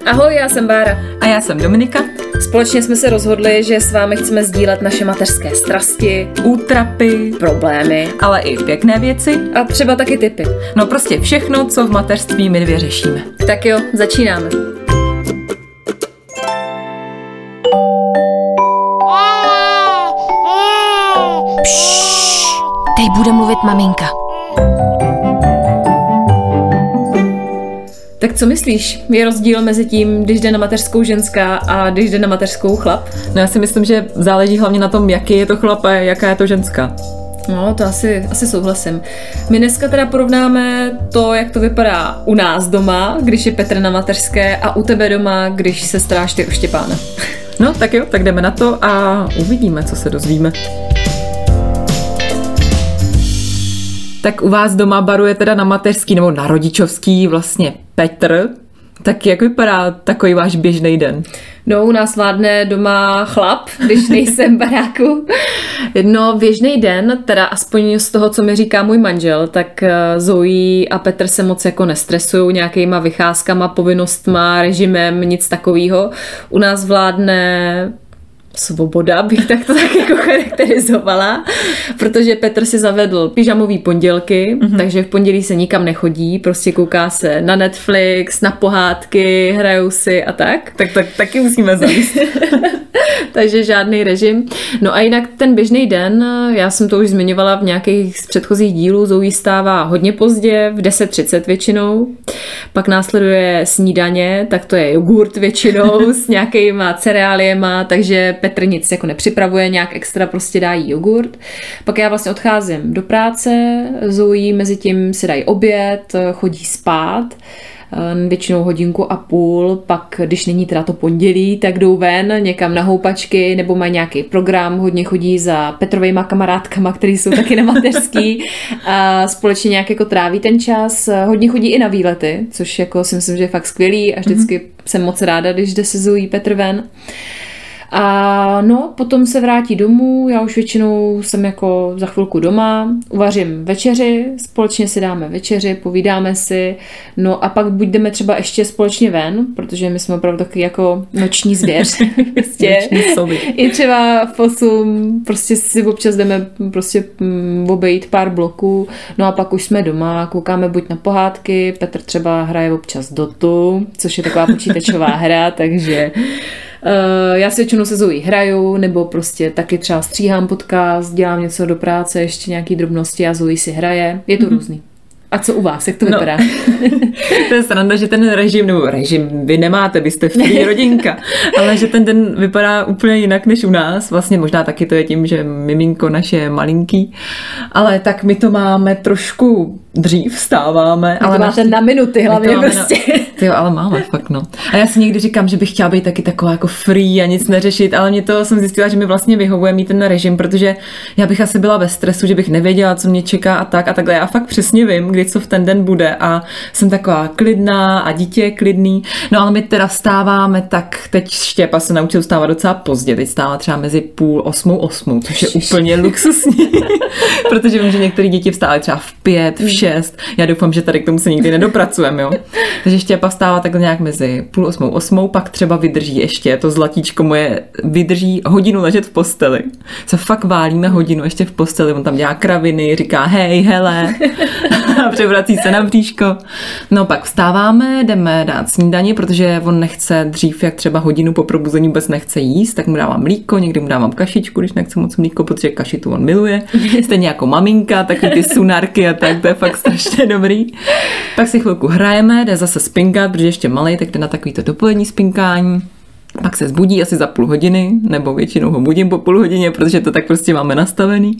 Ahoj, já jsem Bára. A já jsem Dominika. Společně jsme se rozhodli, že s vámi chceme sdílet naše mateřské strasti, útrapy, problémy, ale i pěkné věci. A třeba taky tipy. No prostě všechno, co v mateřství my dvě řešíme. Tak jo, začínáme. Teď bude mluvit maminka. Tak co myslíš? Je rozdíl mezi tím, když jde na mateřskou ženská a když jde na mateřskou chlap? No já si myslím, že záleží hlavně na tom, jaký je to chlap a jaká je to ženská. No, to asi souhlasím. My dneska teda porovnáme to, jak to vypadá u nás doma, když je Petr na mateřské, a u tebe doma, když se staráš ty o Štěpána. No, tak jo, tak jdeme na to a uvidíme, co se dozvíme. Tak u vás doma baruje teda na mateřský nebo na rodičovský vlastně Petr. Tak jak vypadá takový váš běžný den? No, u nás vládne doma chlap, když nejsem v baráku. No, běžný den, teda aspoň z toho, co mi říká můj manžel, tak Zoe a Petr se moc jako nestresují nějakýma vycházkama, povinnostma, režimem, nic takového. U nás vládne svoboda, bych tak to tak jako charakterizovala, protože Petr si zavedl pyžamový pondělky, takže v pondělí se nikam nechodí, prostě kouká se na Netflix, na pohádky, hrajou si a tak. Tak taky musíme zavést. Takže žádný režim. No a jinak ten běžný den, já jsem to už zmiňovala v nějakých z předchozích dílů, Zoe stává hodně pozdě, v 10:30 většinou, pak následuje snídaně, tak to je jogurt většinou s nějakýma cereáliema, takže Petr nic jako nepřipravuje, nějak extra, prostě dá jí jogurt. Pak já vlastně odcházím do práce, Zoe mezi tím si dají oběd, chodí spát, většinou 1,5 hodiny, pak když není teda to pondělí, tak jdou ven někam na houpačky nebo mají nějaký program, hodně chodí za Petrovejma kamarádkama, který jsou taky na mateřský a společně nějak jako tráví ten čas, hodně chodí i na výlety, což jako si myslím, že je fakt skvělý a vždycky jsem moc ráda, když jde se Zoe Petr ven. A no, potom se vrátí domů, já už většinou jsem jako za chvilku doma, uvařím večeři, společně si dáme večeři, povídáme si, no a pak buď jdeme třeba ještě společně ven, protože my jsme opravdu taky jako noční zvěř. Prostě. I třeba v 8 prostě si občas jdeme prostě obejít pár bloků, no a pak už jsme doma, koukáme buď na pohádky, Petr třeba hraje občas Dotu, což je taková počítačová hra, takže já si většinou se Zoe hraju, nebo prostě taky třeba stříhám podcast, dělám něco do práce, ještě nějaký drobnosti a Zoe si hraje. Je to různý. A co u vás? Jak to vypadá? To je sranda, že ten režim vy nemáte, vy jste free rodinka, ale že ten den vypadá úplně jinak než u nás. Vlastně možná taky to je tím, že miminko naše je malinký, ale tak my to máme trošku dřív, vstáváme. Ale máte na minuty hlavně prostě. Ty jo, ale máme fakt, no. A já si někdy říkám, že bych chtěla být taky taková jako free a nic neřešit, ale mě to jsem zjistila, že mi vlastně vyhovuje mít ten režim, protože já bych asi byla ve stresu, že bych nevěděla, co mě čeká a takhle. Já fakt přesně vím, kdy co v ten den bude a jsem taková klidná a dítě je klidný. No ale my teda vstáváme, tak teď Štěpa se naučil vstávat docela pozdě, teď stává třeba mezi 7:30 a 8, což je úplně luxusní, protože vím, že některé děti vstávají třeba v 5, v 6. Já doufám, že tady k tomu se nikdy nedopracujeme, jo. Takže Štěpa vstává takhle nějak mezi 7:30 a 8, pak třeba vydrží ještě, to zlatíčko moje vydrží hodinu ležet v posteli. Se fakt válíme hodinu ještě v posteli, on tam dělá kraviny, říká hej, hele. A převrací se na bříško. No pak vstáváme, jdeme dát snídani, protože on nechce dřív, jak třeba hodinu po probuzení vůbec nechce jíst, tak mu dávám mlíko, někdy mu dávám kašičku, když nechce moc mlíko, protože kašitu on miluje. Stejně jako maminka, taky ty sunárky a tak, to je fakt strašně dobrý. Pak si chvilku hrajeme, jde zase spinkat, protože ještě malej, tak jde na takovýto dopolední spinkání. Pak se zbudí asi za 0,5 hodiny, nebo většinou ho budím po 0,5 hodině, protože to tak prostě máme nastavený.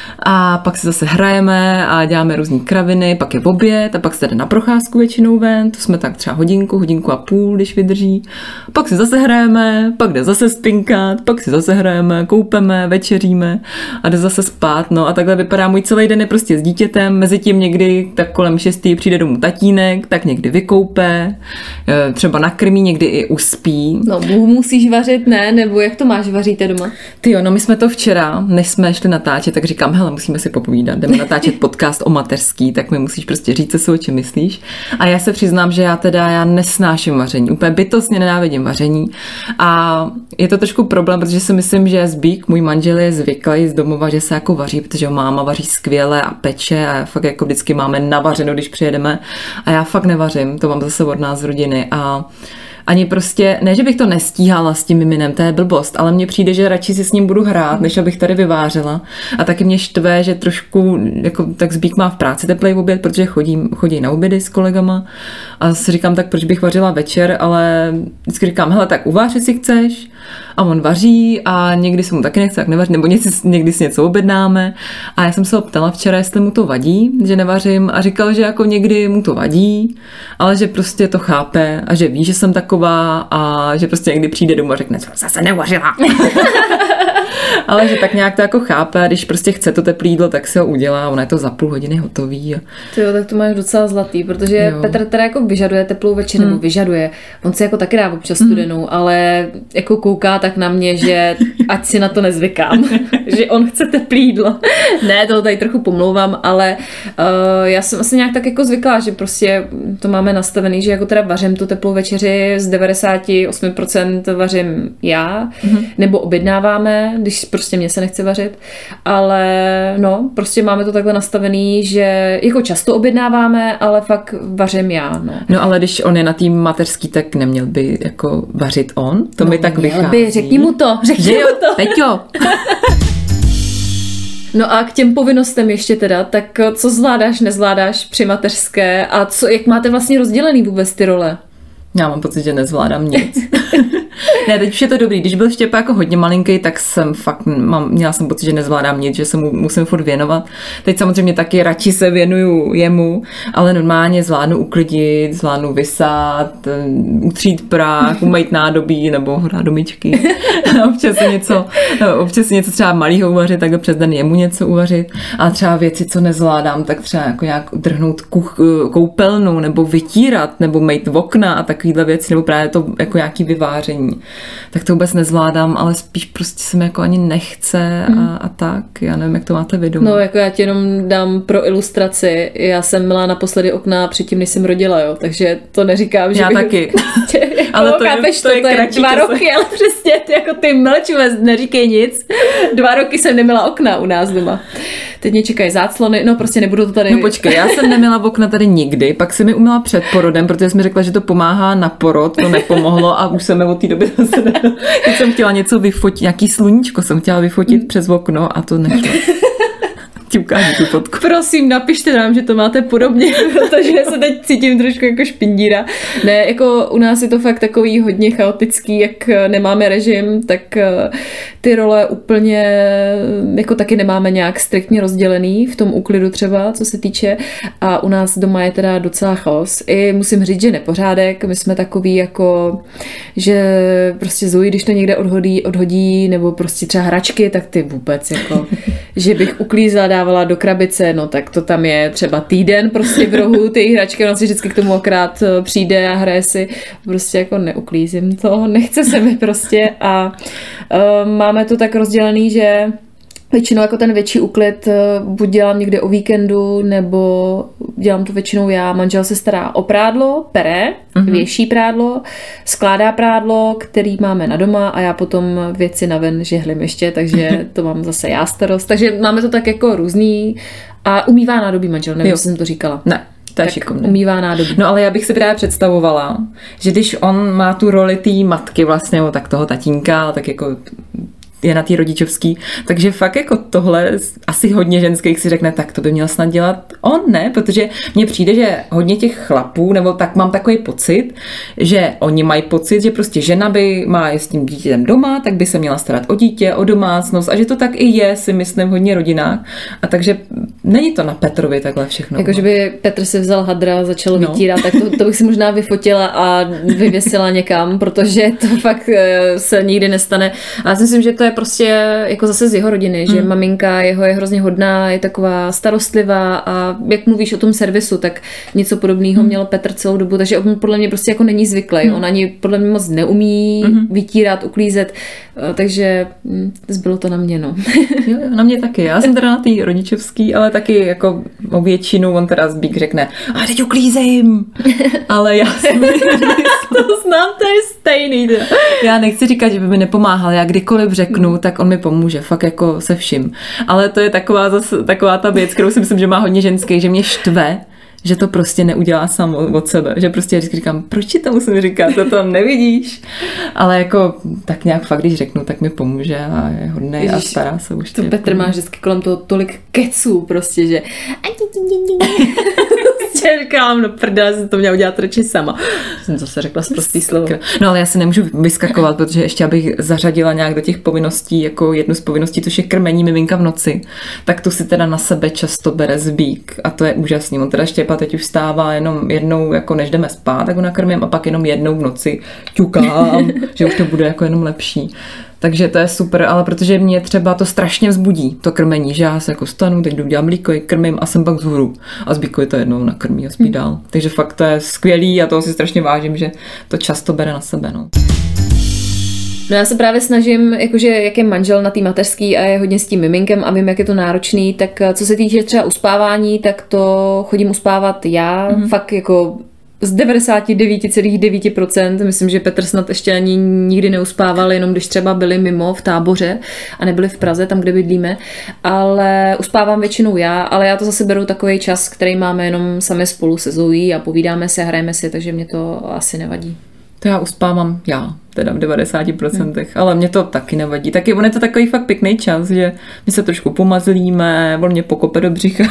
A pak se zase hrajeme a děláme různý kraviny, pak je oběd a pak se jde na procházku většinou ven, to jsme tak třeba 1,5 hodiny, když vydrží. Pak si zase hrajeme, pak jde zase spinkat, pak si zase hrajeme, koupeme, večeříme a jde zase spát. No a takhle vypadá můj celý den je prostě s dítětem, mezitím někdy tak kolem 6 přijde domů tatínek, tak někdy vykoupe, třeba nakrmí, někdy i uspí. No, musíš vařit, ne? Nebo jak to máš, vaříte doma? Ty jo, no my jsme to včera, než jsme šli natáčet, tak říkám, hele, hele, musíme si popovídat, jdeme natáčet podcast o mateřský, tak mi musíš prostě říct, co si o čem myslíš. A já se přiznám, že já nesnáším vaření, úplně bytostně nenávidím vaření a je to trošku problém, protože si myslím, že Zbík, můj manžel, je zvyklý z domova, že se jako vaří, protože máma vaří skvěle a peče a fakt jako vždycky máme navařeno, když přijedeme a já fakt nevařím, to mám zase od nás z rodiny a ani prostě, ne, že bych to nestíhala s tím miminem, to je blbost, ale mně přijde, že radši si s ním budu hrát, než abych tady vyvářela. A taky mě štve, že trošku, jako, tak Zbík má v práci teplej oběd, protože chodí na obědy s kolegama a si říkám, tak proč bych vařila večer, ale vždycky říkám, hele, tak uvář, si chceš. A on vaří a někdy se mu taky nechce, tak nevaří, nebo někdy si něco objednáme. A já jsem se ho ptala včera, jestli mu to vadí, že nevařím a říkal, že jako někdy mu to vadí, ale že prostě to chápe a že ví, že jsem taková a že prostě někdy přijde domů a řekne, zase nevařila. Ale že tak nějak to jako chápe a když prostě chce to teplé jídlo, tak se ho udělá, ona je to za půl hodiny hotový. Jo, tak to máš docela zlatý, protože jo. Petr teda jako vyžaduje teplou večer, nebo vyžaduje. On si jako taky dá občas studenou, ale jako kouká tak na mě, že ať si na to nezvykám, že on chce teplý jídlo. Ne, to tady trochu pomlouvám, ale já jsem asi nějak tak jako zvyklá, že prostě to máme nastavený, že jako teda vařím tu teplou večeři, z 98% vařím já, nebo objednáváme, když prostě mě se nechce vařit, ale no, prostě máme to takhle nastavený, že jako často objednáváme, ale fakt vařím já, no. No ale když on je na tým mateřský, tak neměl by jako vařit on? To mi tak vychází. Řekni mu to. Peťo. No a k těm povinnostem ještě teda, tak co zvládáš, nezvládáš při mateřské a jak máte vlastně rozdělený vůbec ty role? Já mám pocit, že nezvládám nic. Ne, teď už je to dobrý. Když byl Štěpa jako hodně malinký, tak jsem fakt, měla jsem pocit, že nezvládám nic, že se mu musím furt věnovat. Teď samozřejmě taky radši se věnuju jemu, ale normálně zvládnu uklidit, zvládnu vysát, utřít prach, umýt nádobí nebo hrát do myčky. občas si něco třeba malýho uvařit, tak přes den jemu něco uvařit. A třeba věci, co nezvládám, tak třeba jako nějak drhnout koupelnu nebo vytírat nebo mejt okna a takovýhle věci, nebo právě to jako nějaký vyváření. Tak to vůbec nezvládám, ale spíš prostě se mi jako ani nechce a tak. Já nevím, jak to máte vy doma. No, jako já ti jenom dám pro ilustraci. Já jsem myla naposledy okna předtím, než jsem rodila, jo. Takže to neříkám, že já taky. Jako, ale to je 2 roky, ale přesně ty mlč vůbec, neříkej nic. 2 roky jsem nemila okna u nás doma. Teď mě čekají záclony, no prostě nebudu to tady... No počkej, já jsem neměla okna tady nikdy, pak jsem mi umila před porodem, protože jsem řekla, že to pomáhá na porod, to nepomohlo a už jsem mi od té doby zase nedala. Teď jsem chtěla něco vyfotit, nějaký sluníčko jsem chtěla vyfotit přes okno a to nešlo. Ti ukážu tu fotku. Prosím, napište nám, že to máte podobně, protože se teď cítím trošku jako špindíra. Ne, jako u nás je to fakt takový hodně chaotický, jak nemáme režim, tak ty role úplně jako taky nemáme nějak striktně rozdělený v tom úklidu třeba, co se týče. A u nás doma je teda docela chaos. I musím říct, že nepořádek. My jsme takový jako, že prostě Zoe, když to někde odhodí, nebo prostě třeba hračky, tak ty vůbec jako, že bych uklízela, dávala do krabice, no tak to tam je třeba týden prostě v rohu, ty hračky, ona si vždycky k tomu akorát přijde a hraje si, prostě jako neuklízím to, nechce se mi prostě a máme to tak rozdělený, že většinou jako ten větší úklid buď dělám někde o víkendu, nebo dělám to většinou já. Manžel se stará o prádlo, pere, věší prádlo, skládá prádlo, který máme na doma a já potom věci naven žehlím ještě, takže to mám zase já starost. Takže máme to tak jako různý a umývá nádobí manžel, nevím, jestli jsem to říkala. Ne. To je šikovné. Umývá nádobí. No ale já bych si právě představovala, že když on má tu roli té matky vlastně, tak toho tatínka, tak jako je na té rodičovský, takže fakt jako tohle asi hodně ženských si řekne, tak to by měl snad dělat on, ne? Protože mně přijde, že hodně těch chlapů, nebo tak mám takový pocit, že oni mají pocit, že prostě žena by má s tím dítětem doma, tak by se měla starat o dítě, o domácnost a že to tak i je, si myslím, v hodně rodinách. A takže není to na Petrovi takhle všechno. Jako, že by Petr si vzal hadra a začal vytírat, tak to bych si možná vyfotila a vyvěsila někam, protože to fakt se nikdy nestane. A já si myslím, že to je je prostě jako zase z jeho rodiny, že maminka jeho je hrozně hodná, je taková starostlivá a jak mluvíš o tom servisu, tak něco podobného měl Petr celou dobu, takže on podle mě prostě jako není zvyklý. On ani podle mě moc neumí vytírat, uklízet, takže zbylo to na mě, no. Jo, na mě taky. Já jsem teda na té rodičovský, ale taky jako o většinu on teda Zbík řekne, a teď uklízím. Ale já jsem to znám, to je stejný. Já nechci říkat, že by mi nepomáhal. Já kdykoliv řeknu, tak on mi pomůže. Fakt jako se vším. Ale to je taková ta věc, kterou si myslím, že má hodně ženský, že mě štve, že to prostě neudělá sám od sebe. Že prostě vždycky říkám, proč ti to musím říkat, to tam nevidíš. Ale jako tak nějak fakt, když řeknu, tak mi pomůže a je hodnej a stará se už. To Petr má vždycky kolem toho tolik keců prostě, že říkám, no prdele, jsem to měla udělat radši sama. Jsem zase řekla sprostý slovo. No ale já se nemůžu vyskakovat, protože ještě abych zařadila nějak do těch povinností, jako jednu z povinností, což je krmení miminka v noci, tak tu si teda na sebe často bere Zbík a to je úžasný. On teda Štěpa teď už vstává jenom jednou, jako než jdeme spát, tak ho nakrmím a pak jenom jednou v noci ťukám, že už to bude jako jenom lepší. Takže to je super, ale protože mě třeba to strašně vzbudí, to krmení, že já se jako stanu, teď jdu dělat mlíko, krmím a jsem pak vzhůru. A Zbíkovi to jednou nakrmí a spí dál. Takže fakt to je skvělý a toho si strašně vážím, že to často bere na sebe. No. No já se právě snažím, jakože jak je manžel na té mateřský a je hodně s tím miminkem a vím, jak je to náročný, tak co se týče třeba uspávání, tak to chodím uspávat já, fakt jako z 99,9%. Myslím, že Petr snad ještě ani nikdy neuspával, jenom když třeba byli mimo v táboře a nebyli v Praze, tam, kde bydlíme. Ale uspávám většinou já, ale já to zase beru takový čas, který máme jenom sami spolu se Zoe a povídáme si a hrajeme si, takže mě to asi nevadí. To já uspávám já, teda v 90%, ale mě to taky nevadí. Taky on je to takový fakt pěkný čas, že my se trošku pomazlíme, on mě pokope do břicha.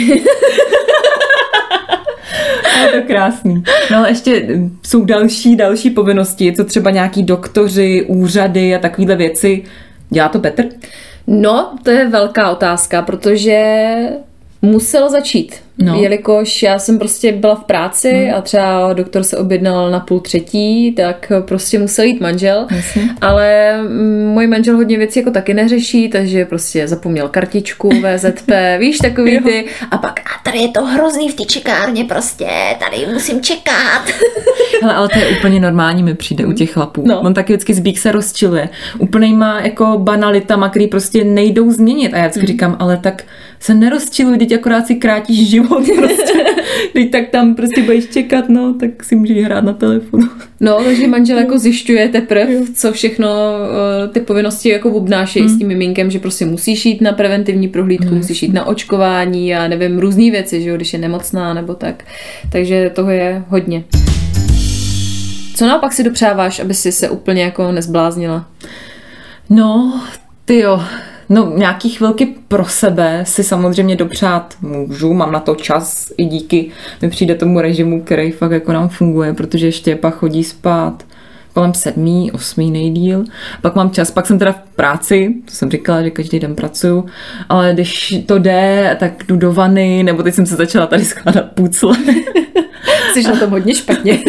Je to krásný. No ale ještě jsou další povinnosti, co třeba nějaký doktoři, úřady a takovýhle věci. Dělá to Petr? No, to je velká otázka, protože muselo začít. No. Jelikož já jsem prostě byla v práci a třeba doktor se objednal na 2:30, tak prostě musel jít manžel. Jasně. Ale můj manžel hodně věcí jako taky neřeší, takže prostě zapomněl kartičku VZP, víš, takový ty. A pak, a tady je to hrozný v té čekárně prostě, tady musím čekat. Hele, ale to je úplně normální, mi přijde u těch chlapů. No. On taky vždycky Zbík se rozčiluje. Úplně má jako banalitama, který prostě nejdou změnit. A já vždycky říkám, ale tak se nerozčiluj, teď akorát si krátíš život prostě. Teď tak tam prostě budeš čekat, no, tak si můžeš hrát na telefonu. No, takže manžel jako zjišťuje teprve, co všechno ty povinnosti jako obnášejí s tím miminkem, že prostě musíš jít na preventivní prohlídku, musíš jít na očkování a nevím, různý věci, že jo, když je nemocná nebo tak. Takže toho je hodně. Co naopak si dopřáváš, aby si se úplně jako nezbláznila? No, tyjo. No, nějaký chvilky pro sebe si samozřejmě dopřát můžu, mám na to čas i díky mi přijde tomu režimu, který fakt jako nám funguje, protože Štěpa chodí spát kolem 7, 8 nejdýl. Pak mám čas, pak jsem teda v práci, to jsem říkala, že každý den pracuju, ale když to jde, tak jdu do vany, nebo teď jsem se začala tady skládat půcle. Jsi na tom hodně špatně.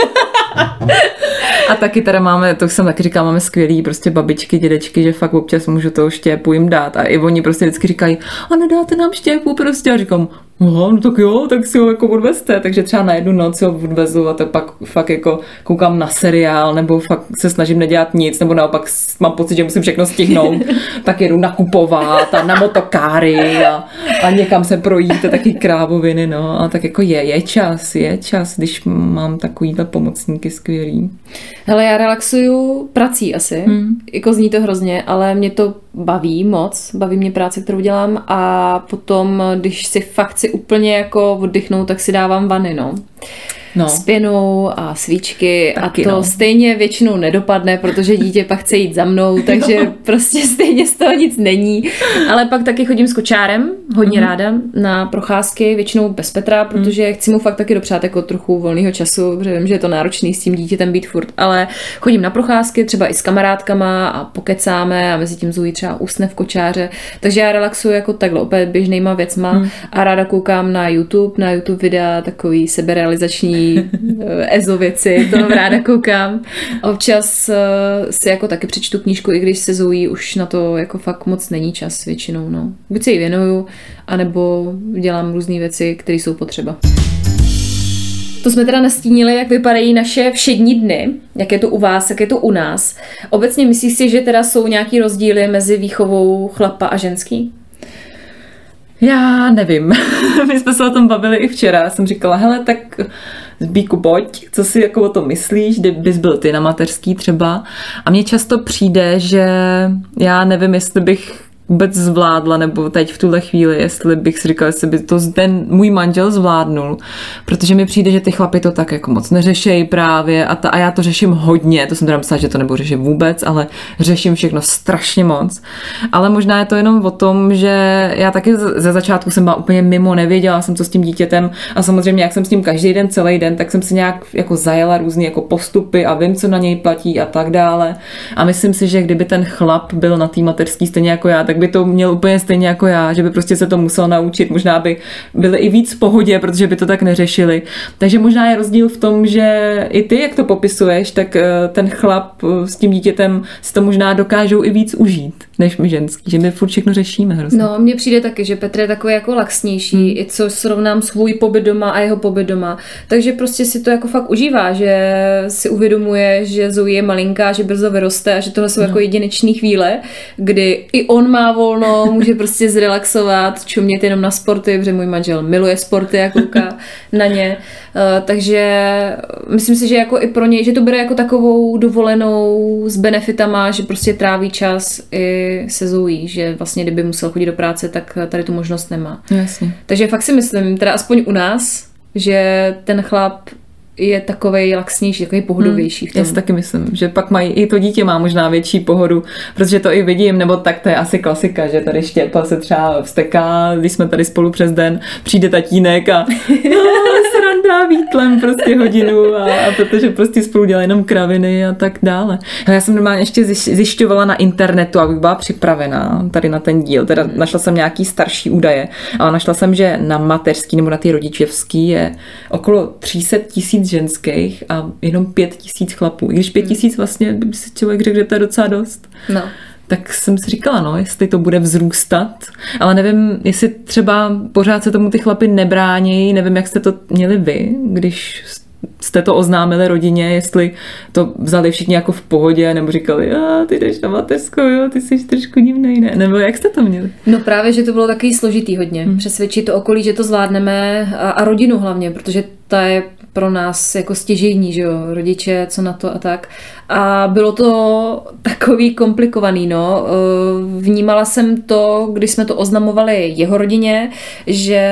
A taky teda máme, to jsem taky říkala, máme skvělý prostě babičky, dědečky, že fakt občas můžu toho Štěpu jim dát. A i oni prostě vždycky říkají, a nedáte nám Štěpu prostě. A říkám, no tak jo, tak si ho jako odvezte. Takže třeba na jednu noc ho odvezu a to pak fakt jako koukám na seriál, nebo fakt se snažím nedělat nic, nebo naopak mám pocit, že musím všechno stihnout. Tak jedu nakupovat a na motokáry a někam se projít a taky krávoviny, no. A tak jako je čas, když mám takovýhle pomocníky skvělý. Hele, já relaxuju prací asi, jako zní to hrozně, ale mě to baví moc, baví mě práce, kterou dělám a potom, když si fakt chci úplně jako oddychnout, tak si dávám vany, no. S pěnou a svíčky taky, a to stejně většinou nedopadne, protože dítě pak chce jít za mnou, takže prostě stejně z toho nic není. Ale pak taky chodím s kočárem, hodně ráda, na procházky, většinou bez Petra, protože chci mu fakt taky dopřát jako trochu volného času, protože vím, že je to náročný s tím dítětem být furt, ale chodím na procházky, třeba i s kamarádkama a pokecáme a mezi tím Zoe třeba usne v kočáře, takže já relaxuju jako takhle, opět běžnýma věcma a ráda koukám na YouTube videa, takový sebereality optimalizační EZO věci, to ráda koukám. Občas si jako taky přečtu knížku, i když se Zoe už na to jako fakt moc není čas většinou, no. Buď se jí věnuju, anebo dělám různé věci, které jsou potřeba. To jsme teda nastínili, jak vypadají naše všední dny, jak je to u vás, jak je to u nás. Obecně myslíš si, že teda jsou nějaký rozdíly mezi výchovou chlapa a ženský? Já nevím. My jsme se o tom bavili i včera. Jsem říkala, hele, tak Zbíku, pojď, co si jako o tom myslíš, kdybys byl ty na mateřský třeba. A mně často přijde, že já nevím, jestli bych vůbec zvládla, nebo teď v tuhle chvíli, jestli bych si říkala, jestli by to ten můj manžel zvládnul, protože mi přijde, že ty chlapi to tak jako moc neřešejí právě a já to řeším hodně, to jsem teda myslela, že to nebudu řešit vůbec, ale řeším všechno strašně moc. Ale možná je to jenom o tom, že já taky ze začátku jsem byla úplně mimo, nevěděla jsem, co s tím dítětem a samozřejmě, jak jsem s tím každý den, celý den, tak jsem si nějak jako zajela různý jako postupy a vím, co na něj platí a tak dále. A myslím si, že kdyby ten chlap byl na té mateřský stejně jako já, tak by to měl úplně stejně jako já, že by prostě se to musel naučit. Možná by byli i víc v pohodě, protože by to tak neřešili. Takže možná je rozdíl v tom, že i ty, jak to popisuješ, tak ten chlap s tím dítětem si to možná dokážou i víc užít, než my ženský, že my furt všechno řešíme hrozně. No, mně přijde taky, že Petr je takový jako laxnější, i co srovnám svůj pobyt doma a jeho pobyt doma. Takže prostě si to jako fakt užívá, že si uvědomuje, že Zoe je malinká, že brzo vyroste a že tohle jsou jako jedinečné chvíle, kdy i on má volno, může prostě zrelaxovat, čumět jenom na sporty, protože můj manžel miluje sporty a kouká na ně. Takže myslím si, že jako i pro něj, že to bere jako takovou dovolenou s benefitama, že prostě tráví čas i se Zoe, že vlastně kdyby musel chodit do práce, tak tady tu možnost nemá. Jasně. Takže fakt si myslím, teda aspoň u nás, že ten chlap je takovej laxnější, takový pohodovější v tom. Já si taky myslím, že pak mají, i to dítě má možná větší pohodu, protože to i vidím, nebo tak to je asi klasika, že tady Štěpa se třeba vzteká, když jsme tady spolu přes den, přijde tatínek a sranda výtlem prostě hodinu a protože prostě spolu dělají jenom kraviny a tak dále. Já jsem normálně ještě zjišťovala na internetu, abych byla připravená tady na ten díl, teda našla jsem nějaký starší údaje, ale našla jsem, že na mateřský nebo na ty rodičovský je okolo 300 000 ženských a jenom 5 000 chlapů. I když 5 000 vlastně, by si člověk řekl, že to je docela dost. No. Tak jsem si říkala, no, jestli to bude vzrůstat, ale nevím, jestli třeba pořád se tomu ty chlapi nebránějí, nevím, jak jste to měli vy, když jste to oznámili rodině, jestli to vzali všichni jako v pohodě, nebo říkali, ty jdeš na mateřskou, jo, ty jsi trošku divnej, ne? Nebo jak jste to měli? No právě, že to bylo takový složitý hodně. Přesvědčit to okolí, že to zvládneme a rodinu hlavně, protože ta je pro nás jako stěžejní, že jo, rodiče, co na to a tak. A bylo to takový komplikovaný, no. Vnímala jsem to, když jsme to oznamovali jeho rodině, že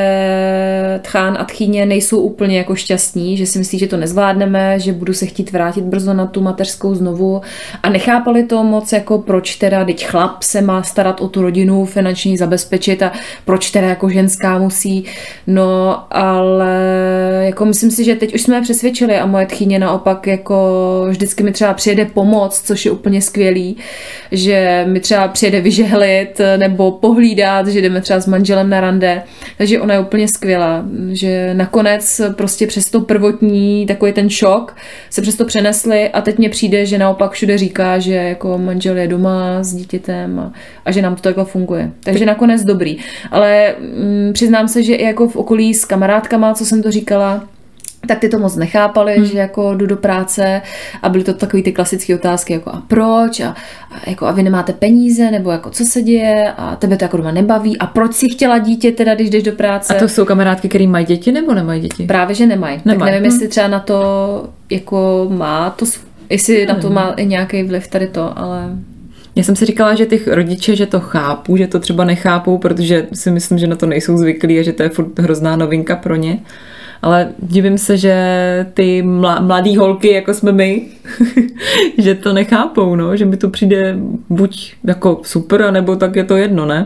tchán a tchýně nejsou úplně jako šťastní, že si myslí, že to nezvládneme, že budu se chtít vrátit brzo na tu mateřskou znovu a nechápali to moc, jako proč teda, teď chlap se má starat o tu rodinu, finančně zabezpečit a proč teda jako ženská musí, no, ale jako myslím si, že teď už jsme přesvědčili a moje tchýně naopak jako vždycky mi třeba přijede pomoct, což je úplně skvělý, že mi třeba přijede vyžehlit nebo pohlídat, že jdeme třeba s manželem na rande, takže ona je úplně skvělá, že nakonec prostě přes to prvotní takový ten šok se přes to přenesli a teď mně přijde, že naopak všude říká, že jako manžel je doma s dítětem a že nám to takhle funguje. Takže nakonec dobrý. Ale přiznám se, že i jako v okolí s kamarádkama, co jsem to říkala, tak ty to moc nechápali, že jako jdu do práce a byly to takový ty klasické otázky jako a proč a vy nemáte peníze nebo jako co se děje a tebe to jako doma nebaví a proč si chtěla dítě teda, když jdeš do práce. A to jsou kamarádky, které mají děti nebo nemají děti? Právě, že nemají. Tak nevím, jestli třeba na to jako má to, jestli na to má i nějaký vliv tady to, ale... Já jsem si říkala, že těch rodiče, že to chápu, že to třeba nechápou, protože si myslím, že na to nejsou zvyklí a že to je furt hrozná novinka pro ně. Ale divím se, že ty mladý holky, jako jsme my, že to nechápou, no? Že mi to přijde buď jako super, anebo tak je to jedno, ne?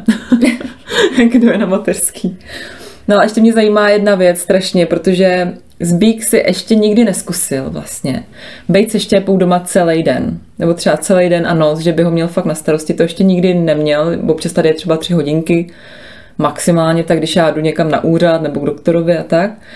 Kdo je na mateřský. No a ještě mě zajímá jedna věc strašně, protože Zbík si ještě nikdy neskusil vlastně. Bejt se Štěpou doma celý den. Nebo třeba celý den a noc, že by ho měl fakt na starosti. To ještě nikdy neměl, občas tady je třeba 3 hodinky maximálně, tak když já jdu někam na úřad nebo k doktorovi a tak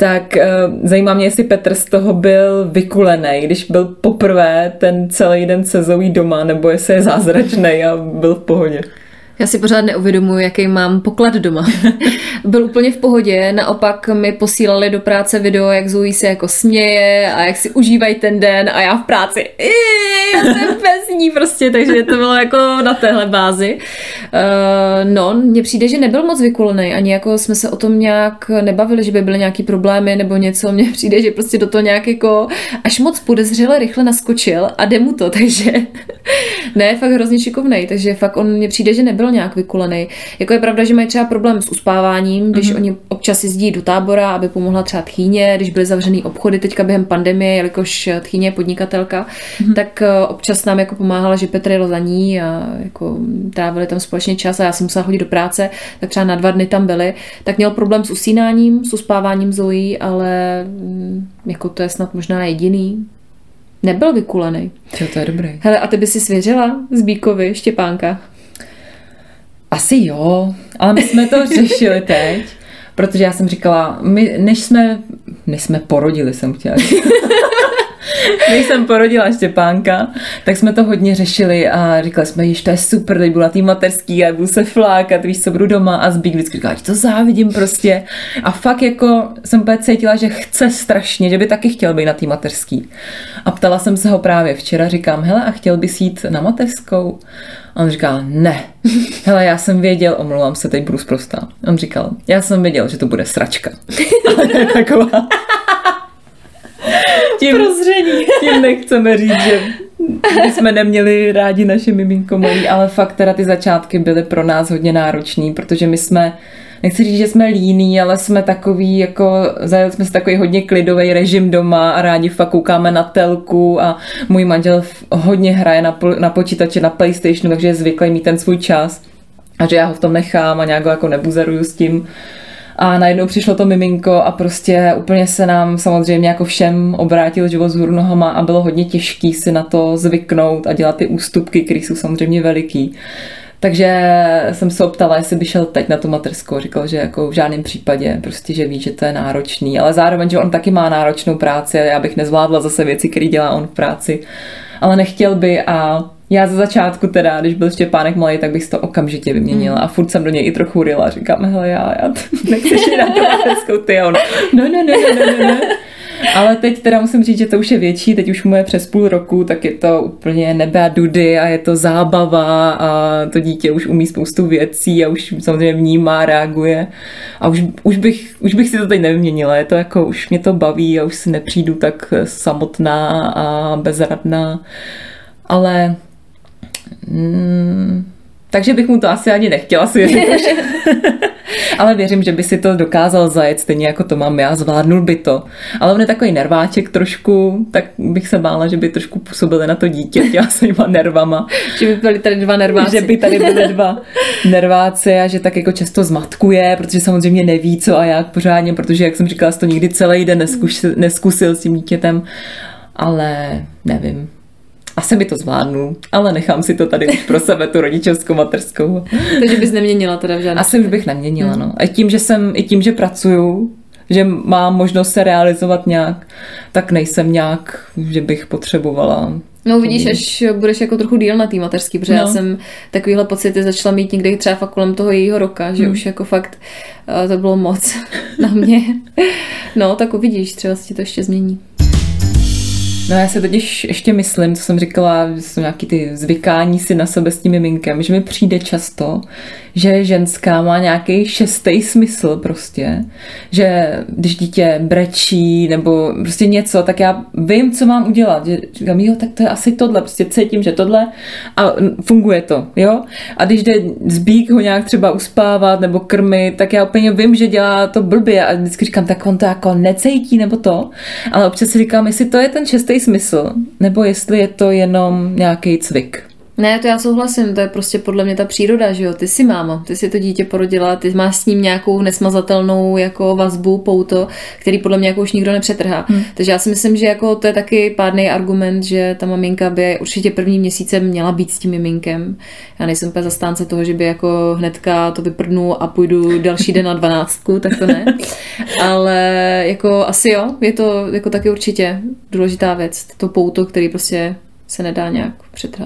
tak zajímá mě, jestli Petr z toho byl vykulený, když byl poprvé ten celý den se Zoe doma, nebo jestli je zázračnej a byl v pohodě. Já si pořád neuvědomuji, jaký mám poklad doma. Byl úplně v pohodě, naopak mi posílali do práce video, jak Zoe se jako směje a jak si užívají ten den a já v práci já jsem bez ní prostě, takže to bylo jako na téhle bázi. No, mně přijde, že nebyl moc vykulený, ani jako jsme se o tom nějak nebavili, že by byly nějaký problémy nebo něco, mně přijde, že prostě do toho nějak jako až moc podezřele rychle naskočil a jde mu to, takže ne, fakt hrozně šikovnej, takže fakt on mně přijde, že nebyl nějak vykulený. Jako je pravda, že mají třeba problém s uspáváním, když oni občas jezdí do tábora, aby pomohla třeba tchýně, když byly zavřený obchody teďka během pandemie, jelikož tchýně je podnikatelka, tak občas nám jako pomáhala, že Petr jel za ní a jako trávili tam společně čas a já jsem musela chodit do práce, tak třeba na 2 dny tam byli, tak měl problém s usínáním, s uspáváním Zoe, ale jako to je snad možná jediný. Nebyl vykulený. To je dobrý. Hele, a ty by si svěřila Zbíkovi Štěpánka? Asi jo, ale my jsme to řešili teď, protože já jsem říkala, my než jsme porodili, jsem chtěla říct. Než jsem porodila Štěpánka, tak jsme to hodně řešili a říkali jsme, že to je super, teď budu na tý mateřský a budu se flákat, víš co, budu doma a Zbík vždycky říkala, že to závidím prostě. A fakt jako jsem úplně cítila, že chce strašně, že by taky chtěl být na tý mateřský. A ptala jsem se ho právě včera, říkám, hele, a chtěl bys jít na mateřskou? A on říkal, ne. Hele, já jsem věděl, omlouvám se, teď budu sprostá. On říkal, já jsem věděl, že to bude sračka. Ale je taková... Tím nechceme říct, že jsme neměli rádi naše miminko malý, ale fakt teda ty začátky byly pro nás hodně náročný, protože my jsme, nechci říct, že jsme líní, ale jsme takový, jako zajeli jsme si takový hodně klidový režim doma a rádi fakt koukáme na telku a můj manžel hodně hraje na počítači, na PlayStationu, takže je zvyklý mít ten svůj čas a že já ho v tom nechám a nějak ho jako nebuzeruju s tím. A najednou přišlo to miminko a prostě úplně se nám samozřejmě jako všem obrátil život z hůru nohama a bylo hodně těžký si na to zvyknout a dělat ty ústupky, které jsou samozřejmě veliký. Takže jsem se optala, jestli by šel teď na tu mateřskou. Říkal, že jako v žádném případě, prostě, že ví, že to je náročný, ale zároveň, že on taky má náročnou práci a já bych nezvládla zase věci, které dělá on v práci. Ale nechtěl by a já ze začátku teda, když byl Štěpánek malý, tak bych to okamžitě vyměnila a furt jsem do něj i trochu rila. Říkám, hele, já nechceš jít na tu mateřskou, ty a on, no. Ale teď teda musím říct, že to už je větší, teď už mu je přes půl roku, tak je to úplně nebe a dudy a je to zábava a to dítě už umí spoustu věcí a už samozřejmě vnímá, reaguje a už bych si to teď nevyměnila, je to jako, už mě to baví a už si nepřijdu tak samotná a bezradná, ale takže bych mu to asi ani nechtěla svěřit. Ale věřím, že by si to dokázal zajet stejně jako to mám já, zvládnul by to. Ale on je takový nerváček trošku, tak bych se bála, že by trošku působili na to dítě těma svýma nervama. Že by byly tady 2 nerváci. Že by tady byly 2 nerváci a že tak jako často zmatkuje, protože samozřejmě neví co a jak pořádně, protože jak jsem říkala, to nikdy celý den neskusil s tím dítětem. Ale nevím. Asi by to zvládnu, ale nechám si to tady už pro sebe, tu rodičovskou, mateřskou. Takže bys neměnila teda v žádném. Asi už bych neměnila, no. I tím, že pracuju, že mám možnost se realizovat nějak, tak nejsem nějak, že bych potřebovala. No vidíš, až budeš jako trochu díl na té mateřský, protože já jsem takovýhle pocity začala mít někdy třeba fakt kolem toho jejího roka, že už jako fakt to bylo moc na mě. No, tak uvidíš, třeba si to ještě změní. No já se totiž ještě myslím, co jsem říkala, jsou nějaký ty zvykání si na sebe s tím miminkem, že mi přijde často, že ženská má nějaký 6. smysl prostě, že když dítě brečí nebo prostě něco, tak já vím, co mám udělat, že říkám, jo, tak to je asi tohle, prostě cítím, že tohle a funguje to, jo. A když jde Zbík ho nějak třeba uspávat nebo krmit, tak já úplně vím, že dělá to blbě a vždycky říkám, tak on to jako necítí nebo to, ale občas si říkám, jestli to je ten 6. smysl, nebo jestli je to jenom nějaký cvik. Ne, to já souhlasím, to je prostě podle mě ta příroda, že jo, ty jsi máma, ty si to dítě porodila, ty máš s ním nějakou nesmazatelnou jako vazbu, pouto, který podle mě jako už nikdo nepřetrhá. Takže já si myslím, že jako to je taky pádný argument, že ta maminka by určitě první měsíce měla být s tím miminkem. Já nejsem úplně zastánce toho, že by jako hnedka to vyprdnu a půjdu další den na 12, tak to ne. Ale jako asi jo, je to jako taky určitě důležitá věc, to pouto, který prostě se nedá nějak přetrhat.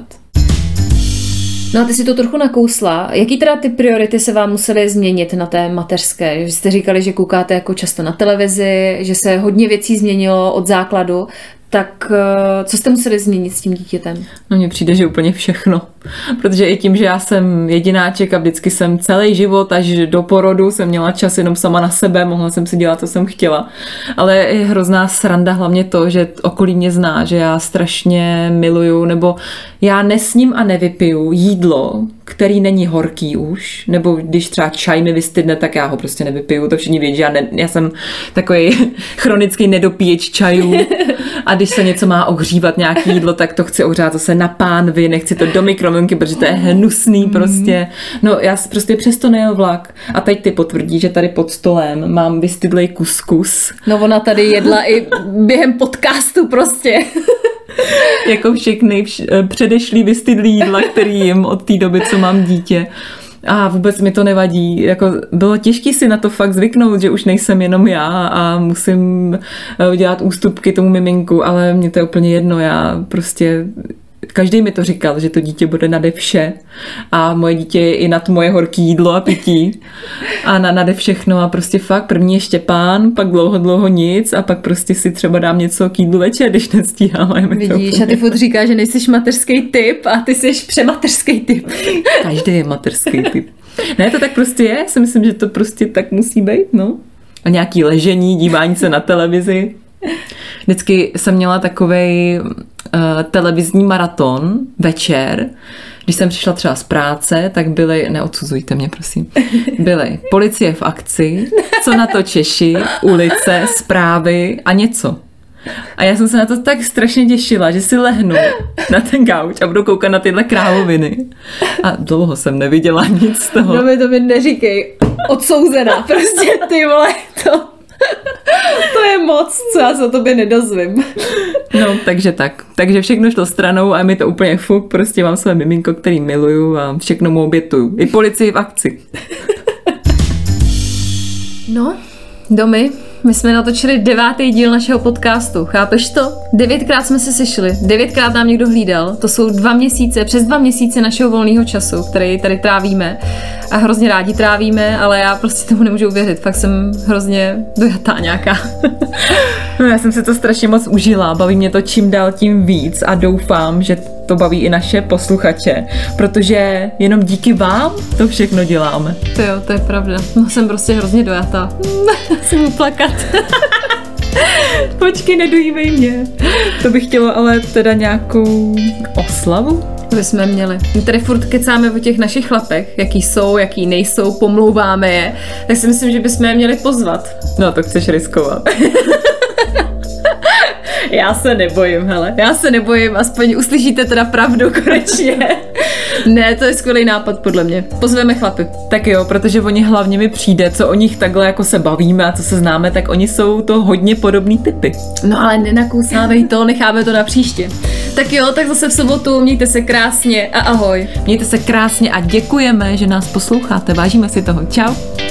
No a ty si to trochu nakousla. Jaký teda ty priority se vám musely změnit na té mateřské? Že jste říkali, že koukáte jako často na televizi, že se hodně věcí změnilo od základu. Tak co jste museli změnit s tím dítětem? No mně přijde, že úplně všechno. Protože i tím, že já jsem jedináček a vždycky jsem celý život až do porodu jsem měla čas jenom sama na sebe, mohla jsem si dělat, co jsem chtěla. Ale je hrozná sranda hlavně to, že okolí mě zná, že já strašně miluju, nebo já nesním a nevypiju jídlo, který není horký už, nebo když třeba čaj mi vystydne, tak já ho prostě nevypiju, to všichni vědí, já jsem takový chronický nedopíječ čajů a když se něco má ohřívat, nějaký jídlo, tak to chci ohřát zase na pánvi, nechci to do mikrovlnky, protože to je hnusný prostě. No já prostě přesto nejel vlak a teď ty potvrdí, že tady pod stolem mám vystydlej kuskus. No ona tady jedla i během podcastu prostě. Jako všechny předešlý vystydlý jídla, který jim od té doby, co mám dítě. A vůbec mi to nevadí. Jako bylo těžké si na to fakt zvyknout, že už nejsem jenom já a musím dělat ústupky tomu miminku, ale mně to je úplně jedno. Já prostě každý mi to říkal, že to dítě bude nade vše a moje dítě je i nad moje horké jídlo a pití a nade všechno a prostě fakt první je Štěpán, pak dlouho nic a pak prostě si třeba dám něco k jídlu večer, když nestíhám. Vidíš, a ty furt říkáš, že nejsi mateřský typ a ty jsi přemateřský typ. Každý je mateřský typ. Ne, to tak prostě je, si myslím, že to prostě tak musí být, no. A nějaký ležení, dívání se na televizi. Vždycky jsem měla takovej televizní maraton večer. Když jsem přišla třeba z práce, tak byly, neodsuzujte mě, prosím, byly Policie v akci, Co na to Češi, Ulice, Zprávy a něco. A já jsem se na to tak strašně těšila, že si lehnu na ten gauč a budu koukat na tyhle královiny. A dlouho jsem neviděla nic z toho. No to mi neříkej, odsouzená, prostě ty vole, to je moc, co já se o tobě nedozvím. No, takže tak. Takže všechno šlo stranou a mi to úplně fuk, prostě mám své miminko, který miluju a všechno mu obětuju. I Policii v akci. No, Domy, my jsme natočili 9. díl našeho podcastu, chápeš to? 9krát jsme se sešli, 9krát nám někdo hlídal, to jsou 2 měsíce, přes 2 měsíce našeho volného času, který tady trávíme a hrozně rádi trávíme, ale já prostě tomu nemůžu uvěřit, fakt jsem hrozně dojatá nějaká. No, já jsem si to strašně moc užila, baví mě to čím dál tím víc a doufám, že to baví i naše posluchače, protože jenom díky vám to všechno děláme. To jo, to je pravda. No, jsem prostě hrozně dojatá. Musím uplakat. Počkej, nedojímej mě. To bych chtělo ale teda nějakou oslavu? To bychom měli. My tady furt kecáme o těch našich chlapech, jaký jsou, jaký nejsou, pomlouváme je, tak si myslím, že bychom je měli pozvat. No, to chceš riskovat. Já se nebojím, hele. Já se nebojím, aspoň uslyšíte teda pravdu konečně. Ne, to je skvělý nápad podle mě. Pozveme chlapy. Tak jo, protože oni hlavně mi přijde, co o nich takhle jako se bavíme a co se známe, tak oni jsou to hodně podobný typy. No ale nenakousávej to, necháme to na příště. Tak jo, tak zase v sobotu, mějte se krásně a ahoj. Mějte se krásně a děkujeme, že nás posloucháte. Vážíme si toho. Čau.